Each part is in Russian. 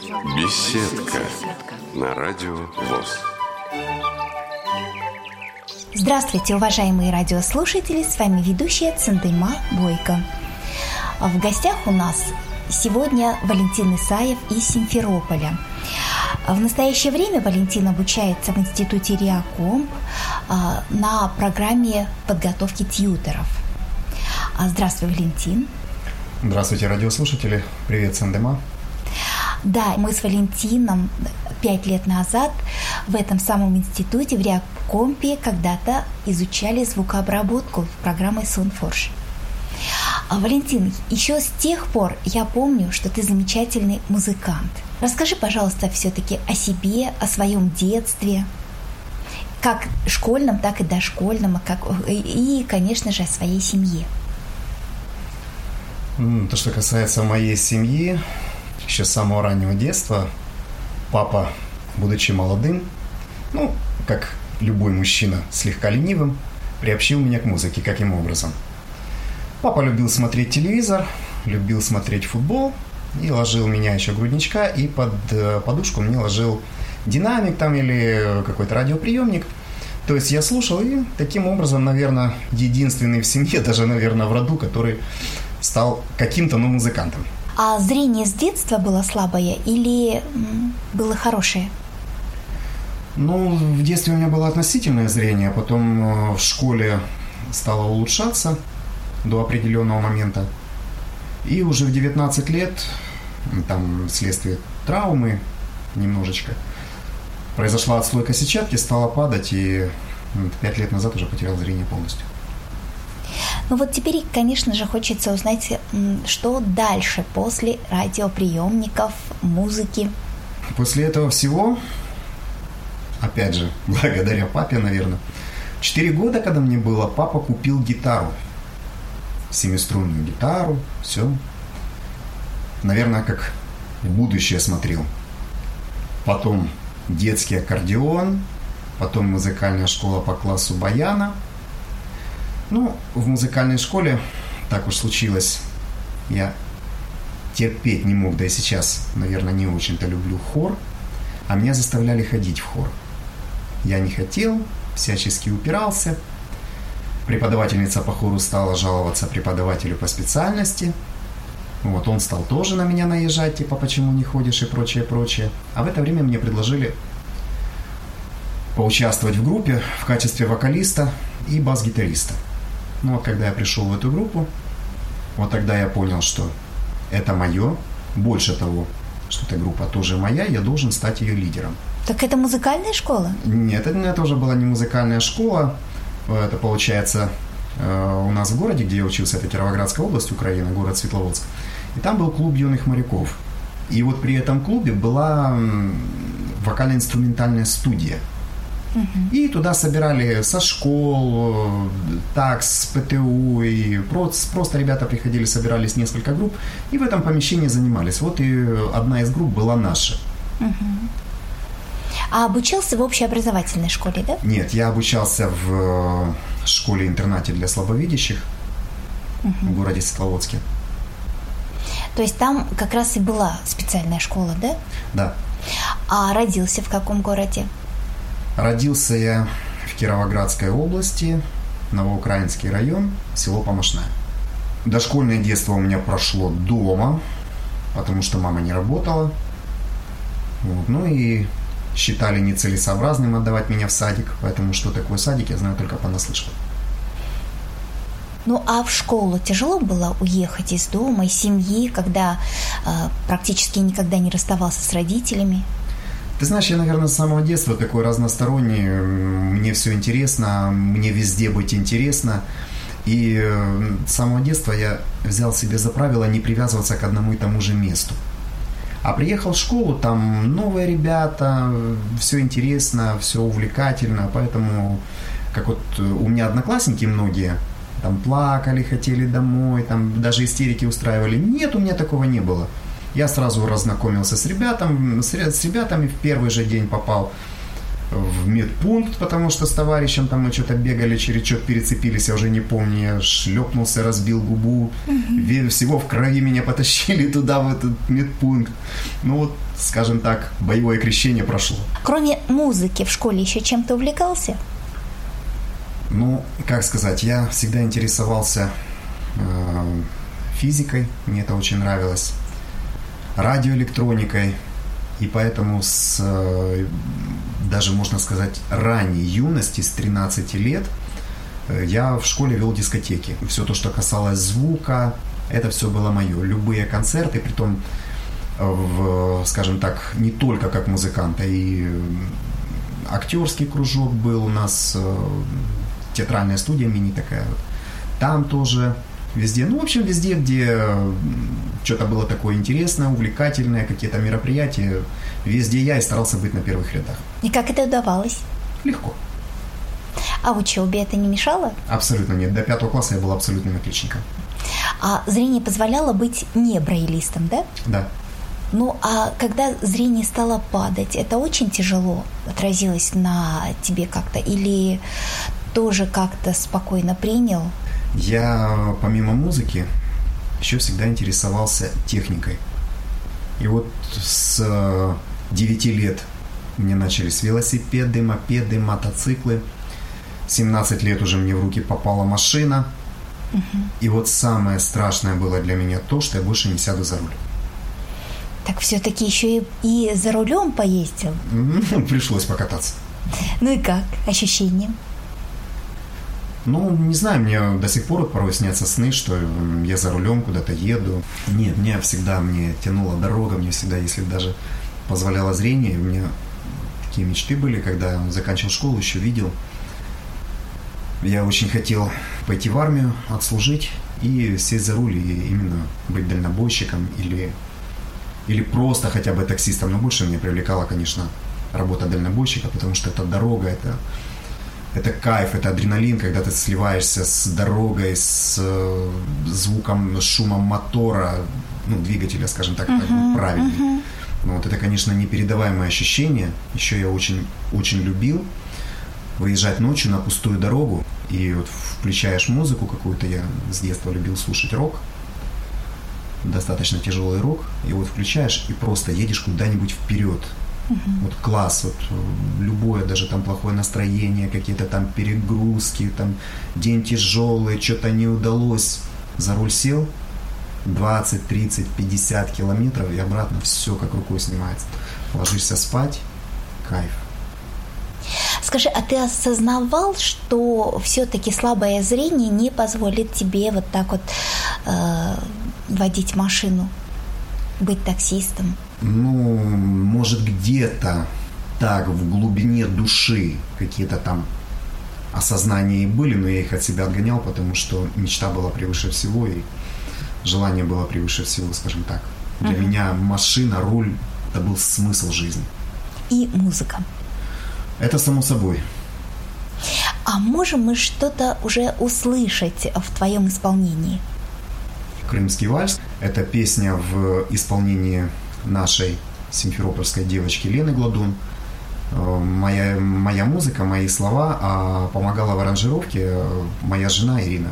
Беседка на радио ВОС. Здравствуйте, уважаемые радиослушатели, с вами ведущая Цендыма Бойко. В гостях у нас сегодня Валентин Исаев из Симферополя. В настоящее время Валентин обучается в институте РИАКомп на программе подготовки тьюторов. Здравствуй, Валентин. Здравствуйте, радиослушатели. Привет, Цендыма. Да, мы с Валентином 5 лет назад в этом самом институте, в РИАКомпе, когда-то изучали звукообработку программой SoundForge. Валентин, еще с тех пор я помню, что ты замечательный музыкант. Расскажи, пожалуйста, все-таки о себе, о своем детстве, как школьном, так и дошкольном, и, конечно же, о своей семье. То, что касается моей семьи, еще с самого раннего детства папа, будучи молодым, как любой мужчина, слегка ленивым, приобщил меня к музыке. Каким образом? Папа любил смотреть телевизор, любил смотреть футбол и ложил меня еще грудничка, и под подушку мне ложил динамик там или какой-то радиоприемник. То есть я слушал, и таким образом, наверное, единственный в семье, даже, наверное, в роду, который стал каким-то, музыкантом. А зрение с детства было слабое или было хорошее? В детстве у меня было относительное зрение, потом в школе стало улучшаться до определенного момента. И уже в 19 лет, там вследствие травмы немножечко, произошла отслойка сетчатки, стала падать, и 5 лет назад уже потерял зрение полностью. Теперь, конечно же, хочется узнать, что дальше после радиоприемников, музыки. После этого всего, опять же, благодаря папе, наверное, 4 года, когда мне было, папа купил гитару, 7-струнную гитару, все. Наверное, как в будущее смотрел. Потом детский аккордеон, потом музыкальная школа по классу баяна. В музыкальной школе так уж случилось, я терпеть не мог, да и сейчас, наверное, не очень-то люблю хор, а меня заставляли ходить в хор. Я не хотел, всячески упирался. Преподавательница по хору стала жаловаться преподавателю по специальности. Он стал тоже на меня наезжать, типа, почему не ходишь и прочее, прочее. А в это время мне предложили поучаствовать в группе в качестве вокалиста и бас-гитариста. Когда я пришел в эту группу, тогда я понял, что это мое. Больше того, что эта группа тоже моя, я должен стать ее лидером. Так это музыкальная школа? Нет, это уже была не музыкальная школа. Это, получается, у нас в городе, где я учился, это Кировоградская область, Украина, город Светловодск. И там был клуб юных моряков. И при этом клубе была вокально-инструментальная студия. И туда собирали со школ, ТАКС, ПТУ, и просто ребята приходили, собирались несколько групп, и в этом помещении занимались. И одна из групп была наша. А обучался в общеобразовательной школе, да? Нет, я обучался в школе-интернате для слабовидящих в городе Светловодске. То есть там как раз и была специальная школа, да? Да. А родился в каком городе? Родился я в Кировоградской области, Новоукраинский район, село Помошная. Дошкольное детство у меня прошло дома, потому что мама не работала. И считали нецелесообразным отдавать меня в садик, поэтому что такое садик, я знаю только понаслышке. А в школу тяжело было уехать из дома, из семьи, когда практически никогда не расставался с родителями? Ты знаешь, я, наверное, с самого детства такой разносторонний, мне все интересно, мне везде быть интересно. И с самого детства я взял себе за правило не привязываться к одному и тому же месту. А приехал в школу, там новые ребята, все интересно, все увлекательно, поэтому, как у меня одноклассники многие, там плакали, хотели домой, там даже истерики устраивали. Нет, у меня такого не было. Я сразу разнакомился с ребятами, в первый же день попал в медпункт, потому что с товарищем там мы что-то бегали, через что-то перецепились, я уже не помню, я шлепнулся, разбил губу, всего в крови меня потащили туда, в этот медпункт. Ну вот, скажем так, боевое крещение прошло. Кроме музыки в школе еще чем-то увлекался? Ну, как сказать, я всегда интересовался физикой, мне это очень нравилось, радиоэлектроникой, и поэтому даже, можно сказать, ранней юности, с 13 лет, я в школе вел дискотеки. Все то, что касалось звука, это все было мое. Любые концерты, притом, скажем так, не только как музыкант, а и актерский кружок был у нас, театральная студия мини такая вот. Там тоже везде, ну, в общем, везде, где что-то было такое интересное, увлекательное, какие-то мероприятия, везде я и старался быть на первых рядах. И как это удавалось? Легко. А учебе это не мешало? Абсолютно нет. До 5 класса я был абсолютным отличником. А зрение позволяло быть не брайлистом, да? Да. Ну, а когда зрение стало падать, это очень тяжело отразилось на тебе как-то? Или тоже как-то спокойно принял? Я, помимо музыки, еще всегда интересовался техникой. И вот с 9 лет у меня начались велосипеды, мопеды, мотоциклы. 17 лет уже мне в руки попала машина. И вот самое страшное было для меня то, что я больше не сяду за руль. Так все-таки еще и за рулем поездил? Пришлось покататься. Ну и как? Ощущения? Ну, не знаю, мне до сих пор порой снятся сны, что я за рулем куда-то еду. Нет, мне всегда тянула дорога, мне всегда, если даже позволяло зрение, у меня такие мечты были, когда я заканчивал школу, еще видел. Я очень хотел пойти в армию, отслужить и сесть за руль, и именно быть дальнобойщиком или просто хотя бы таксистом. Но больше меня привлекала, конечно, работа дальнобойщика, потому что это дорога, это кайф, это адреналин, когда ты сливаешься с дорогой, с звуком, с шумом мотора, ну, двигателя, скажем так, правильно. Но вот это, конечно, непередаваемое ощущение. Еще я очень, очень любил выезжать ночью на пустую дорогу, и вот включаешь музыку какую-то, я с детства любил слушать рок, достаточно тяжелый рок, и вот включаешь и просто едешь куда-нибудь вперед. Вот класс, вот любое, даже там плохое настроение, какие-то там перегрузки, там день тяжелый, что-то не удалось. За руль сел, 20, 30, 50 километров и обратно все как рукой снимается. Ложишься спать, кайф. Скажи, а ты осознавал, что все-таки слабое зрение не позволит тебе вот так вот водить машину, быть таксистом? Ну, может, где-то так в глубине души какие-то там осознания и были, но я их от себя отгонял, потому что мечта была превыше всего, и желание было превыше всего, скажем так. Для меня машина, руль – это был смысл жизни. И музыка. Это само собой. А можем мы что-то уже услышать в твоем исполнении? «Крымский вальс» – это песня в исполнении нашей симферопольской девочки Лены Гладун. Моя музыка, мои слова, а помогала в аранжировке моя жена Ирина.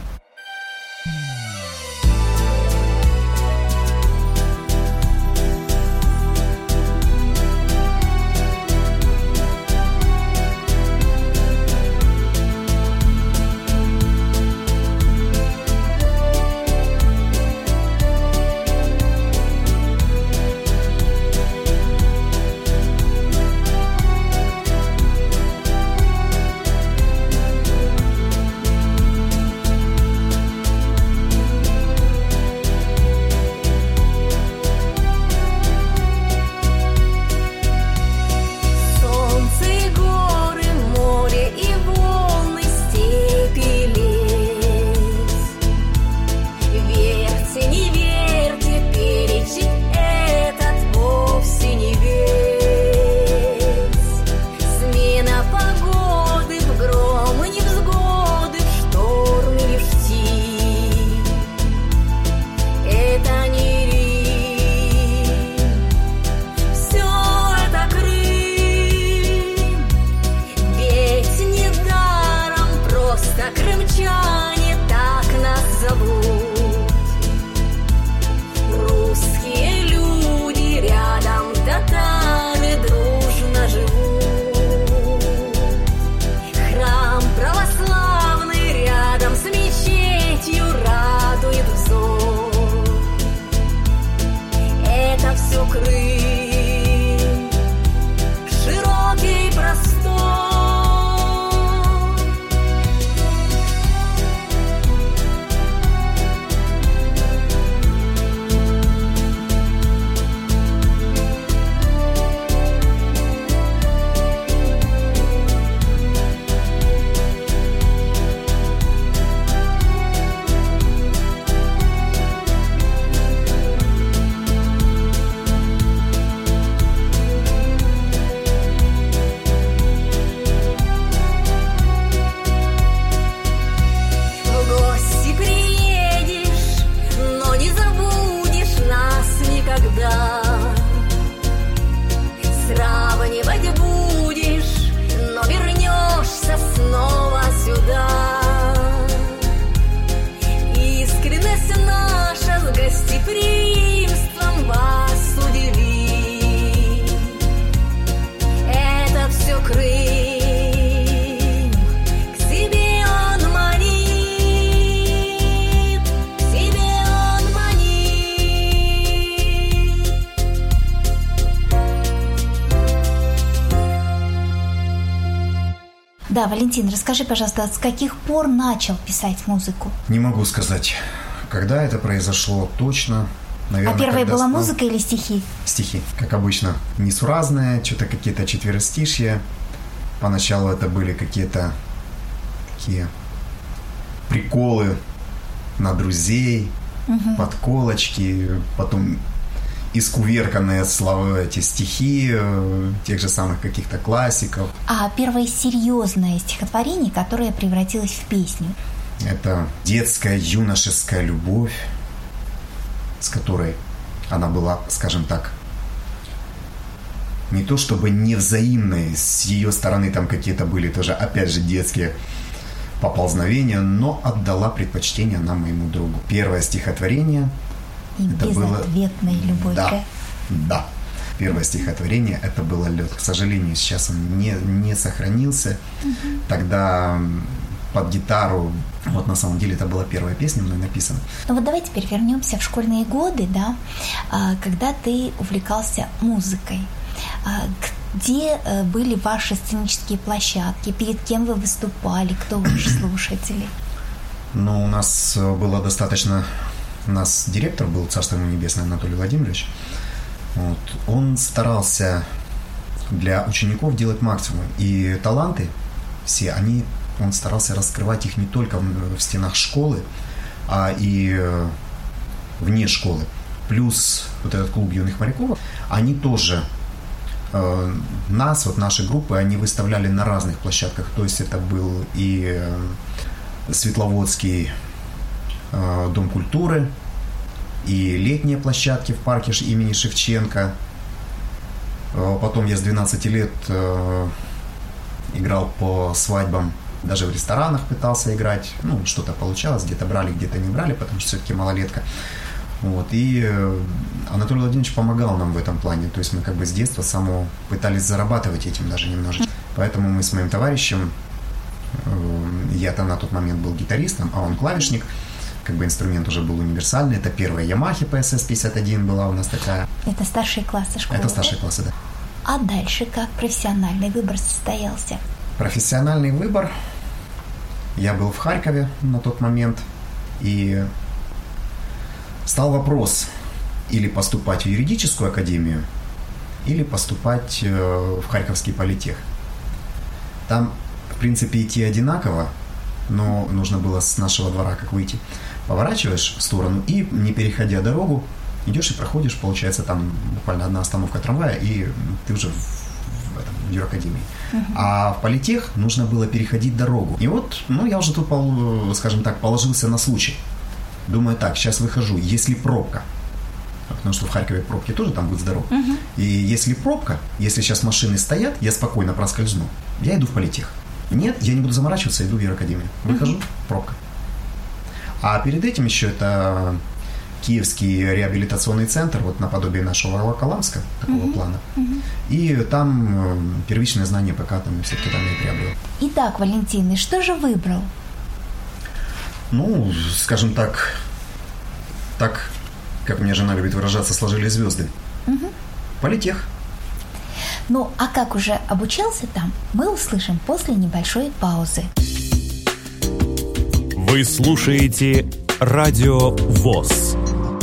Да, Валентин, расскажи, пожалуйста, с каких пор начал писать музыку? Не могу сказать, когда это произошло точно. Наверное, первая была музыка или стихи? Стихи, как обычно, несуразные, что-то какие-то четверостишья. Поначалу это были какие-то такие приколы на друзей, подколочки, потом искуверканные слова, эти стихи тех же самых каких-то классиков. А первое серьезное стихотворение, которое превратилось в песню? Это детская, юношеская любовь, с которой она была, скажем так, не то чтобы невзаимной, с ее стороны там какие-то были тоже, опять же, детские поползновения, но отдала предпочтение она моему другу. Первое стихотворение и это безответная было... любовь. Да, да. Первое стихотворение это было «Лед». К сожалению, сейчас он не сохранился. Тогда под гитару, вот на самом деле это была первая песня мной написана. Ну вот давай теперь вернемся в школьные годы, да, когда ты увлекался музыкой. Где были ваши сценические площадки? Перед кем вы выступали? Кто ваши слушатели? Ну, у нас было достаточно... У нас директор был, царство ему небесное, Анатолий Владимирович. Вот. Он старался для учеников делать максимум. И таланты все, он старался раскрывать их не только в стенах школы, а и вне школы. Плюс вот этот клуб юных моряков, они тоже... Нас, вот наши группы, они выставляли на разных площадках. То есть это был и Светловодский дом культуры, и летние площадки в парке имени Шевченко. Потом я с 12 лет играл по свадьбам, даже в ресторанах пытался играть. Ну, что-то получалось, где-то брали, где-то не брали, потому что все-таки малолетка. Вот, и Анатолий Владимирович помогал нам в этом плане. То есть мы как бы с детства самого пытались зарабатывать этим даже немножечко. Поэтому мы с моим товарищем, я-то на тот момент был гитаристом, а он клавишник, как бы инструмент уже был универсальный. Это первая Yamaha PSS-51 была у нас такая. Это старшие классы школы? Это старшие классы, да. А дальше как профессиональный выбор состоялся? Профессиональный выбор. Я был в Харькове на тот момент, и стал вопрос, или поступать в юридическую академию, или поступать в Харьковский политех. Там, в принципе, идти одинаково, но нужно было с нашего двора как выйти. Поворачиваешь в сторону и, не переходя дорогу, идешь и проходишь, получается, там буквально одна остановка трамвая, и ты уже в юракадемии. А в политех нужно было переходить дорогу. И вот, я уже тут, скажем так, положился на случай. Думаю, так, сейчас выхожу, если пробка, потому что в Харькове пробки тоже там будут здоровы, и если пробка, если сейчас машины стоят, я спокойно проскользну, я иду в политех. Нет, я не буду заморачиваться, иду в юракадемию. Выхожу, пробка. А перед этим еще это Киевский реабилитационный центр, вот наподобие нашего Волоколамска, такого плана. И там первичное знание ПК там все-таки там я приобрел. Итак, Валентин, и что же выбрал? Ну, скажем так, как мне жена любит выражаться, сложились звезды. Политех. Ну, а как уже обучался там, мы услышим после небольшой паузы. Вы слушаете Радио ВОС.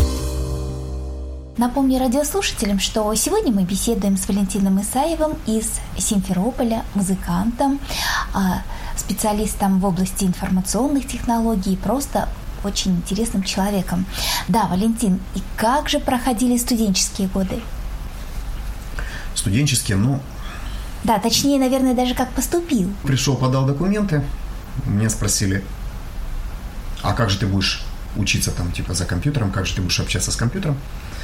Напомню радиослушателям, что сегодня мы беседуем с Валентином Исаевым из Симферополя, музыкантом, специалистом в области информационных технологий, просто очень интересным человеком. Да, Валентин, и как же проходили студенческие годы? Студенческие, Да, точнее, наверное, даже как поступил. Пришел, подал документы, меня спросили, а как же ты будешь учиться там, типа, за компьютером, как же ты будешь общаться с компьютером?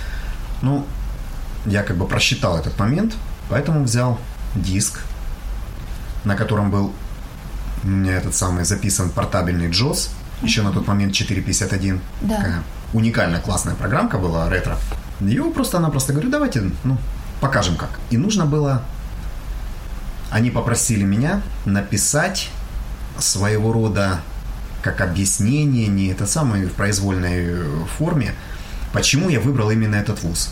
Я как бы просчитал этот момент, поэтому взял диск, на котором был у меня этот самый записан портабельный JAWS, еще на тот момент 4.51. Да. Такая уникальная, классная программка была, ретро. Его просто-напросто говорю, давайте, покажем как. И нужно было, они попросили меня написать своего рода как объяснение, не это самое, в произвольной форме, почему я выбрал именно этот вуз.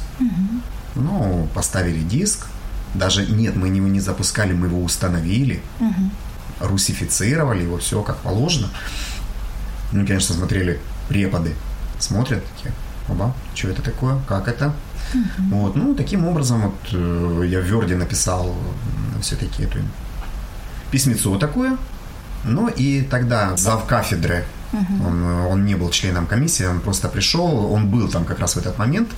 Поставили диск, даже нет, мы его не запускали, мы его установили. русифицировали его, все как положено. Ну, конечно, смотрели преподы, смотрят такие, оба, что это такое, как это? Вот, ну, таким образом, вот, я в Word написал все-таки эту письмецо такое. Ну, и тогда завкафедры, он не был членом комиссии, он просто пришел, он был там как раз в этот момент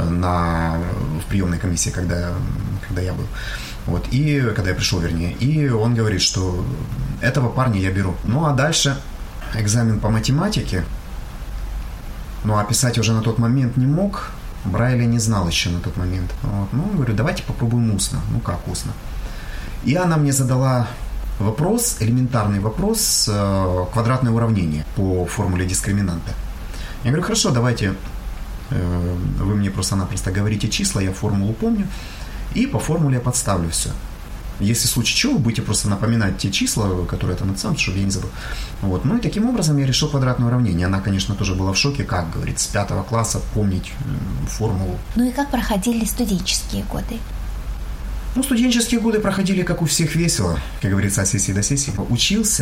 в приемной комиссии, когда я был. Вот, и когда я пришел, вернее, и он говорит, что этого парня я беру. Ну, а дальше экзамен по математике, ну, а писать уже на тот момент не мог, Брайля не знал еще на тот момент. Вот, ну, говорю, давайте попробуем устно. Ну, как устно? И она мне задала вопрос, элементарный вопрос, квадратное уравнение по формуле дискриминанта. Я говорю, хорошо, давайте, вы мне просто-напросто говорите числа, я формулу помню, и по формуле я подставлю все. Если в случае чего, вы будете просто напоминать те числа, которые я там написал, чтобы я не забыл. Вот. Ну и таким образом я решил квадратное уравнение. Она, конечно, тоже была в шоке, как, говорит, с 5 класса помнить формулу. Ну и как проходили студенческие годы? Ну, студенческие годы проходили, как у всех, весело, как говорится, от сессии до сессии. Учился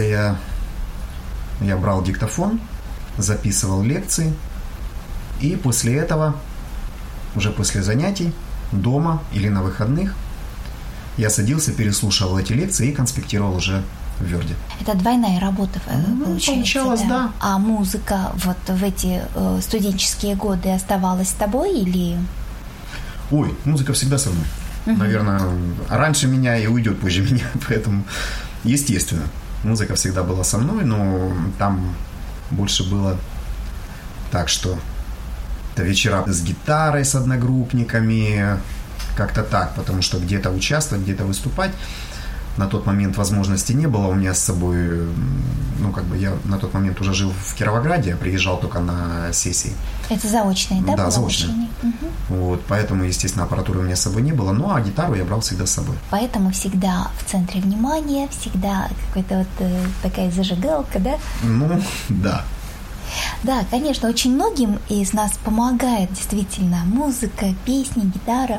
я брал диктофон, записывал лекции, и после этого, уже после занятий, дома или на выходных, я садился, переслушивал эти лекции и конспектировал уже в Word. Это двойная работа, получается, получалось, да. А музыка вот в эти студенческие годы оставалась с тобой или... Ой, музыка всегда со мной. Наверное, раньше меня и уйдет позже меня, поэтому, естественно, музыка всегда была со мной, но там больше было так, что это вечера с гитарой, с одногруппниками, как-то так, потому что где-то участвовать, где-то выступать на тот момент возможности не было у меня с собой, ну, как бы я на тот момент уже жил в Кировограде, я приезжал только на сессии. Это заочные, да? Да, заочные. Вот, поэтому, естественно, аппаратуры у меня с собой не было, ну, а гитару я брал всегда с собой. Поэтому всегда в центре внимания, всегда какая-то вот такая зажигалка, да? Ну, да. Да, конечно, очень многим из нас помогает действительно музыка, песни, гитара.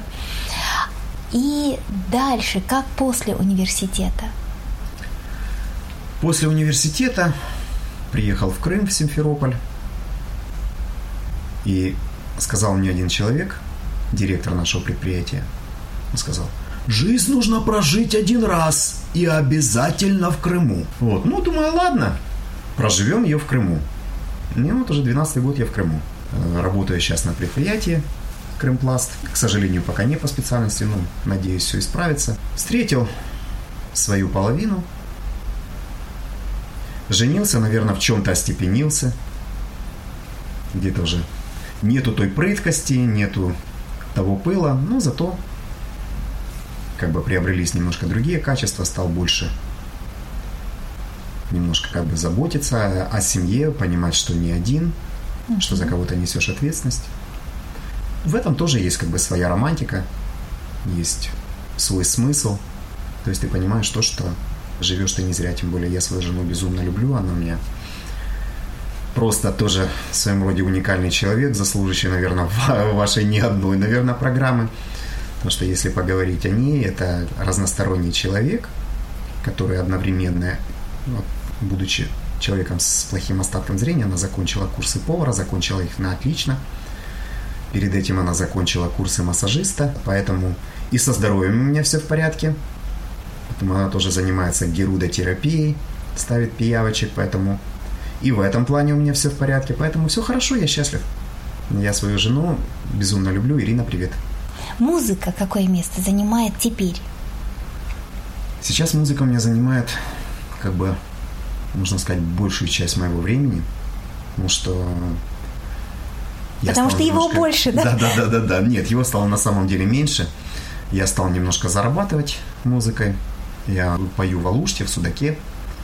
И дальше, как после университета? После университета приехал в Крым, в Симферополь, и сказал мне один человек, директор нашего предприятия, он сказал: жизнь нужно прожить один раз и обязательно в Крыму. Вот, ну, думаю, ладно, проживем ее в Крыму. И вот уже 12-й год я в Крыму. Работаю сейчас на предприятии Крымпласт. К сожалению, пока не по специальности, но надеюсь, все исправится. Встретил свою половину. Женился, наверное, в чем-то остепенился. Где-то уже нету той прыткости, нету того пыла, но зато как бы приобрелись немножко другие качества, стал больше немножко как бы заботиться о семье, понимать, что не один, что за кого-то несешь ответственность. В этом тоже есть как бы своя романтика, есть свой смысл. То есть ты понимаешь то, что живешь ты не зря, тем более я свою жену безумно люблю, она у меня просто тоже в своем роде уникальный человек, заслуживающий, наверное, вашей не одной, наверное, программы. Потому что если поговорить о ней, это разносторонний человек, который одновременно, вот, будучи человеком с плохим остатком зрения, она закончила курсы повара, закончила их на отлично. Перед этим она закончила курсы массажиста, поэтому и со здоровьем у меня все в порядке. Поэтому она тоже занимается герудотерапией, ставит пиявочек, поэтому и в этом плане у меня все в порядке. Поэтому все хорошо, я счастлив. Я свою жену безумно люблю. Ирина, привет. Музыка какое место занимает теперь? Сейчас музыка у меня занимает, как бы, можно сказать, большую часть моего времени, потому что... Потому что его больше, да? Да. Нет, его стало на самом деле меньше. Я стал немножко зарабатывать музыкой. Я пою в Алуште, в Судаке,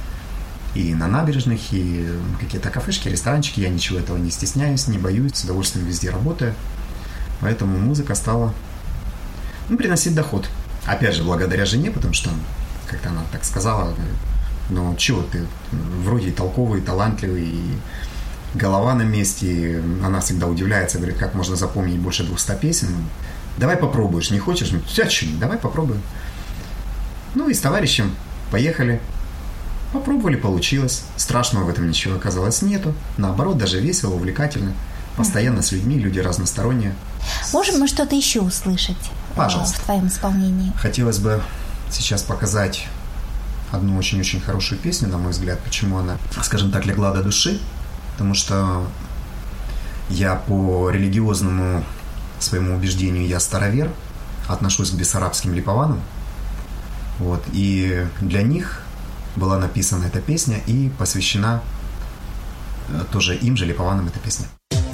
и на набережных, и какие-то кафешки, ресторанчики. Я ничего этого не стесняюсь, не боюсь, с удовольствием везде работаю. Поэтому музыка стала, приносить доход. Опять же, благодаря жене, потому что, как-то она так сказала, ну, чего ты, вроде и толковый, и талантливый, и голова на месте. И она всегда удивляется, говорит, как можно запомнить больше 200 песен. Давай попробуешь, не хочешь? Все, давай попробуем. Ну и с товарищем поехали. Попробовали, получилось. Страшного в этом ничего оказалось нету. Наоборот, даже весело, увлекательно. Постоянно с людьми, люди разносторонние. Можем мы что-то еще услышать в твоем исполнении? Хотелось бы сейчас показать одну очень-очень хорошую песню, на мой взгляд. Почему она, скажем так, легла до души? Потому что я по религиозному своему убеждению, я старовер, отношусь к бессарабским липованам. Вот, и для них была написана эта песня и посвящена тоже им же, липованам, эта песня.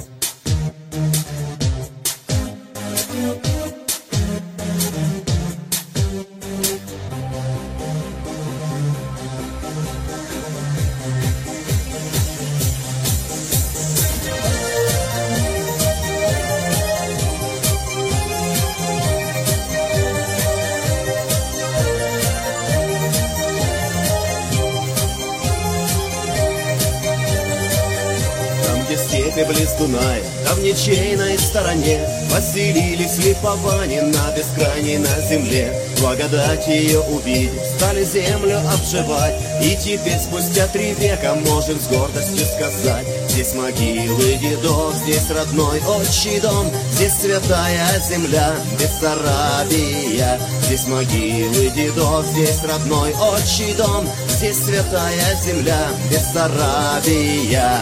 Близ Дуная, там в ничейной стороне поселились липоване на бескрайней на земле. Благодать ее увидев, стали землю обживать, и теперь спустя 3 века можем с гордостью сказать: здесь могилы дедов, здесь родной отчий дом, здесь святая земля, Бессарабия. Здесь могилы дедов, здесь родной отчий дом, здесь святая земля, Бессарабия.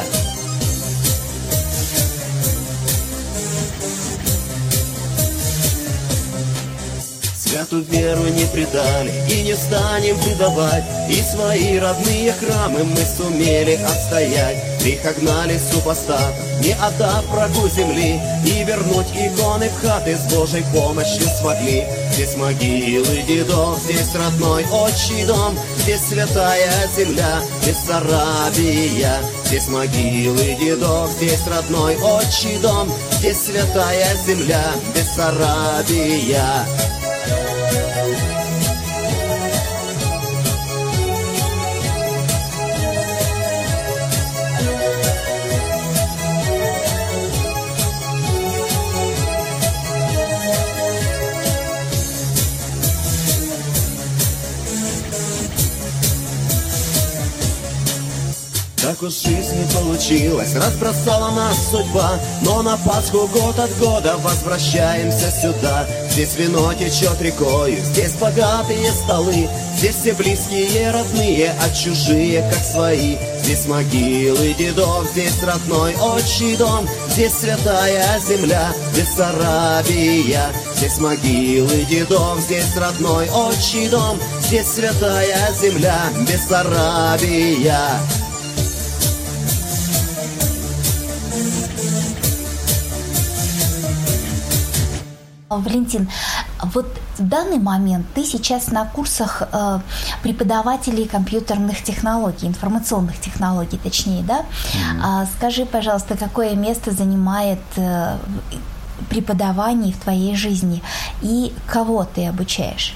Святую веру не предали и не станем предавать, и свои родные храмы мы сумели отстоять. Греха гнали супостатов, не отдав врагу земли, и вернуть иконы в хаты с Божьей помощью смогли. Здесь могилы дедов, здесь родной отчий дом, здесь святая земля, Бессарабия. Здесь могилы дедов, здесь родной отчий дом, здесь святая земля, Бессарабия. Так уж жизнь не получилась, разбросала нас судьба, но на Пасху год от года возвращаемся сюда. Здесь вино течет рекою, здесь богатые столы, здесь все близкие, родные, а чужие, как свои. Здесь могилы дедов, здесь родной отчий дом, здесь святая земля, Бессарабия. Здесь могилы дедов, здесь родной отчий дом, здесь святая земля, Бессарабия. Валентин, вот в данный момент ты сейчас на курсах преподавателей компьютерных технологий, информационных технологий, точнее, да? Скажи, пожалуйста, какое место занимает преподавание в твоей жизни и кого ты обучаешь?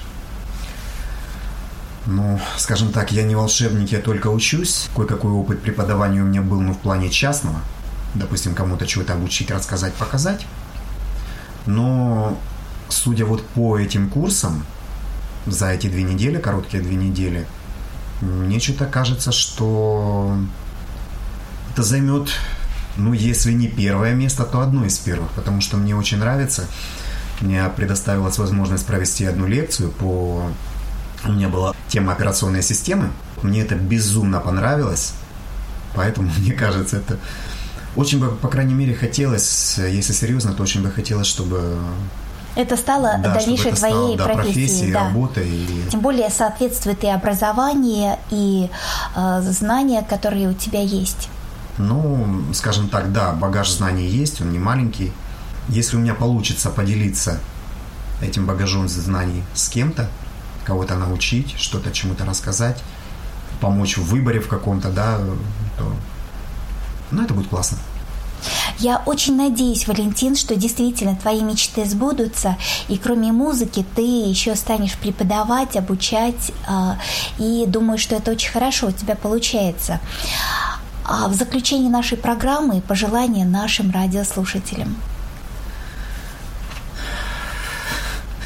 Ну, скажем так, я не волшебник, я только учусь. Кое-какой опыт преподавания у меня был, в плане частного. Допустим, кому-то чего-то обучить, рассказать, показать. Но, судя вот по этим курсам, за эти 2 недели, короткие 2 недели, мне что-то кажется, что это займет, если не первое место, то одно из первых, потому что мне очень нравится. Мне предоставилась возможность провести одну лекцию у меня была тема операционной системы. Мне это безумно понравилось, поэтому, мне кажется, это... Очень бы, по крайней мере, хотелось, если серьезно, то очень бы хотелось, чтобы... Это стало дальнейшей твоей профессией, да. Работой. Тем более соответствует и образование, и знания, которые у тебя есть. Скажем так, да, багаж знаний есть, он не маленький. Если у меня получится поделиться этим багажом знаний с кем-то, кого-то научить, что-то чему-то рассказать, помочь в выборе в каком-то, да, то... это будет классно. Я очень надеюсь, Валентин, что действительно твои мечты сбудутся, и кроме музыки ты еще станешь преподавать, обучать, и думаю, что это очень хорошо у тебя получается. А в заключении нашей программы пожелания нашим радиослушателям.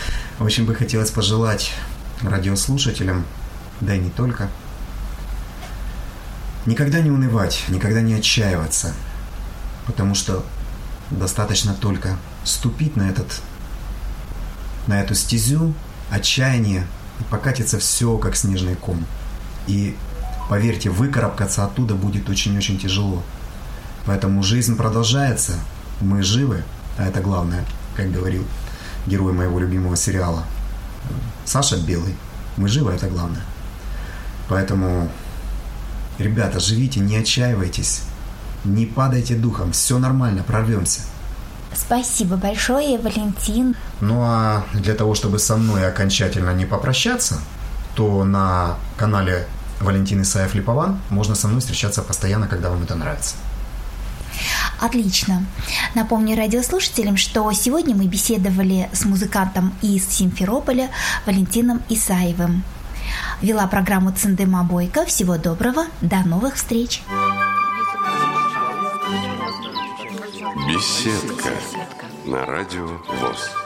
Очень бы хотелось пожелать радиослушателям, да и не только, Никогда не унывать, никогда не отчаиваться, потому что достаточно только ступить на эту стезю отчаяния, и покатится все, как снежный ком. И, поверьте, выкарабкаться оттуда будет очень-очень тяжело. Поэтому жизнь продолжается, мы живы, а это главное, как говорил герой моего любимого сериала Саша Белый. Мы живы, это главное. Поэтому, ребята, живите, не отчаивайтесь, не падайте духом, все нормально, прорвемся. Спасибо большое, Валентин. Ну а для того, чтобы со мной окончательно не попрощаться, то на канале Валентин Исаев Липован можно со мной встречаться постоянно, когда вам это нравится. Отлично. Напомню радиослушателям, что сегодня мы беседовали с музыкантом из Симферополя Валентином Исаевым. Вела программу Циндема Бойко. Всего доброго. До новых встреч. Беседка на радио ВОС.